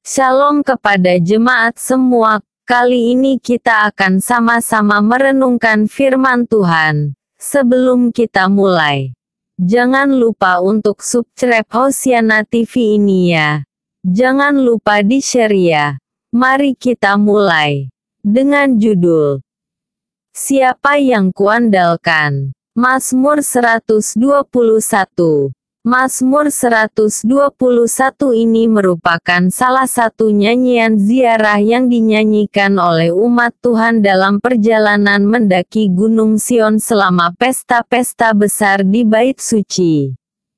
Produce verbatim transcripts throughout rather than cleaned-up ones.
Shalom kepada jemaat semua. Kali ini kita akan sama-sama merenungkan firman Tuhan. Sebelum kita mulai, jangan lupa untuk subscribe Hosiana T V ini ya. Jangan lupa di-share ya. Mari kita mulai dengan judul Siapa yang kuandalkan? Mazmur seratus dua puluh satu. Mazmur seratus dua puluh satu ini merupakan salah satu nyanyian ziarah yang dinyanyikan oleh umat Tuhan dalam perjalanan mendaki Gunung Sion selama pesta-pesta besar di Bait Suci.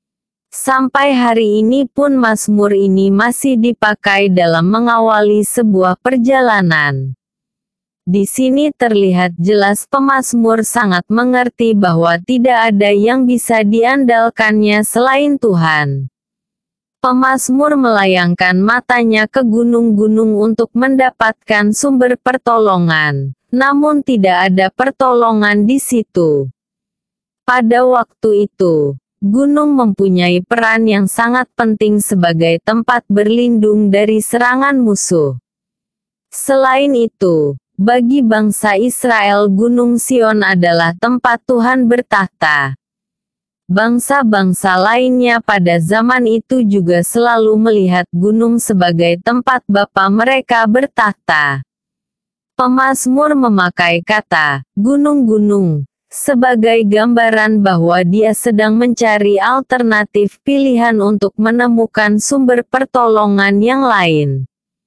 Sampai hari ini pun mazmur ini masih dipakai dalam mengawali sebuah perjalanan. Di sini terlihat jelas pemazmur sangat mengerti bahwa tidak ada yang bisa diandalkannya selain Tuhan. Pemazmur melayangkan matanya ke gunung-gunung untuk mendapatkan sumber pertolongan, namun tidak ada pertolongan di situ. Pada waktu itu, gunung mempunyai peran yang sangat penting sebagai tempat berlindung dari serangan musuh. Selain itu, bagi bangsa Israel Gunung Sion adalah tempat Tuhan bertahta. Bangsa-bangsa lainnya pada zaman itu juga selalu melihat gunung sebagai tempat Bapa mereka bertahta. Pemazmur memakai kata, gunung-gunung, sebagai gambaran bahwa dia sedang mencari alternatif pilihan untuk menemukan sumber pertolongan yang lain.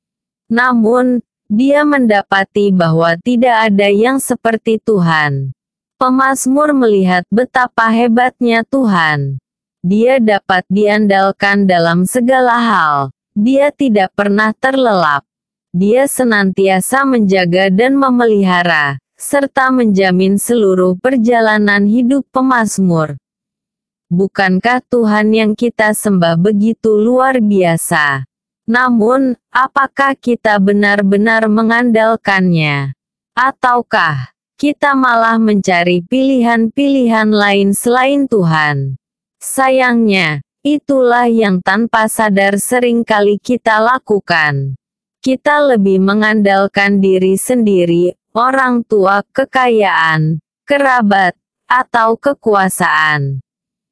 Namun, dia mendapati bahwa tidak ada yang seperti Tuhan. Pemazmur melihat betapa hebatnya Tuhan. Dia dapat diandalkan dalam segala hal. Dia tidak pernah terlelap. Dia senantiasa menjaga dan memelihara, serta menjamin seluruh perjalanan hidup pemazmur. Bukankah Tuhan yang kita sembah begitu luar biasa? Namun, apakah kita benar-benar mengandalkannya? Ataukah kita malah mencari pilihan-pilihan lain selain Tuhan? Sayangnya, itulah yang tanpa sadar seringkali kita lakukan. Kita lebih mengandalkan diri sendiri, orang tua, kekayaan, kerabat, atau kekuasaan.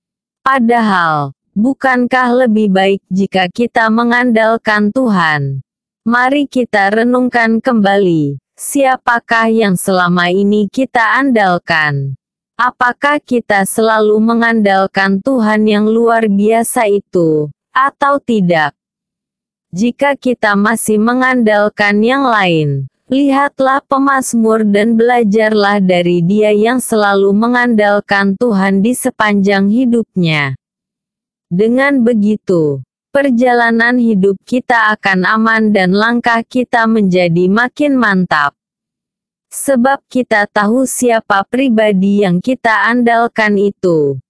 Padahal, bukankah lebih baik jika kita mengandalkan Tuhan? Mari kita renungkan kembali, siapakah yang selama ini kita andalkan? Apakah kita selalu mengandalkan Tuhan yang luar biasa itu, atau tidak? Jika kita masih mengandalkan yang lain, lihatlah pemazmur dan belajarlah dari dia yang selalu mengandalkan Tuhan di sepanjang hidupnya. Dengan begitu, perjalanan hidup kita akan aman dan langkah kita menjadi makin mantap. Sebab kita tahu siapa pribadi yang kita andalkan itu.